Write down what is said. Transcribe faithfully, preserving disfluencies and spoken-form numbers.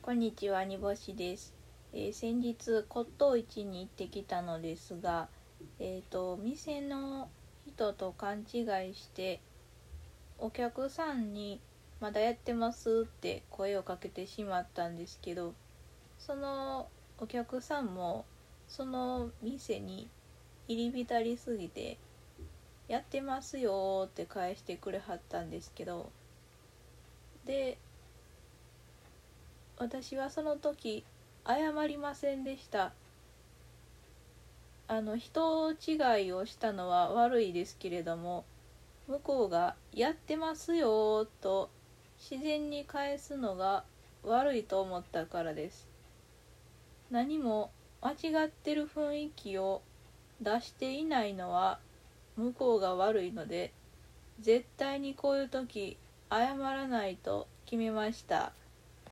こんにちは、煮干しです。えー先日骨董市に行ってきたのですが、えーと、店の人と勘違いしてお客さんにまだやってますって声をかけてしまったんですけど、そのお客さんもその店に入り浸りすぎてやってますよって返してくれはったんですけど、で私はその時謝りませんでした。あの人違いをしたのは悪いですけれども、向こうがやってますよと自然に返すのが悪いと思ったからです。何も間違ってる雰囲気を出していないのは向こうが悪いので、絶対にこういう時謝らないと決めました。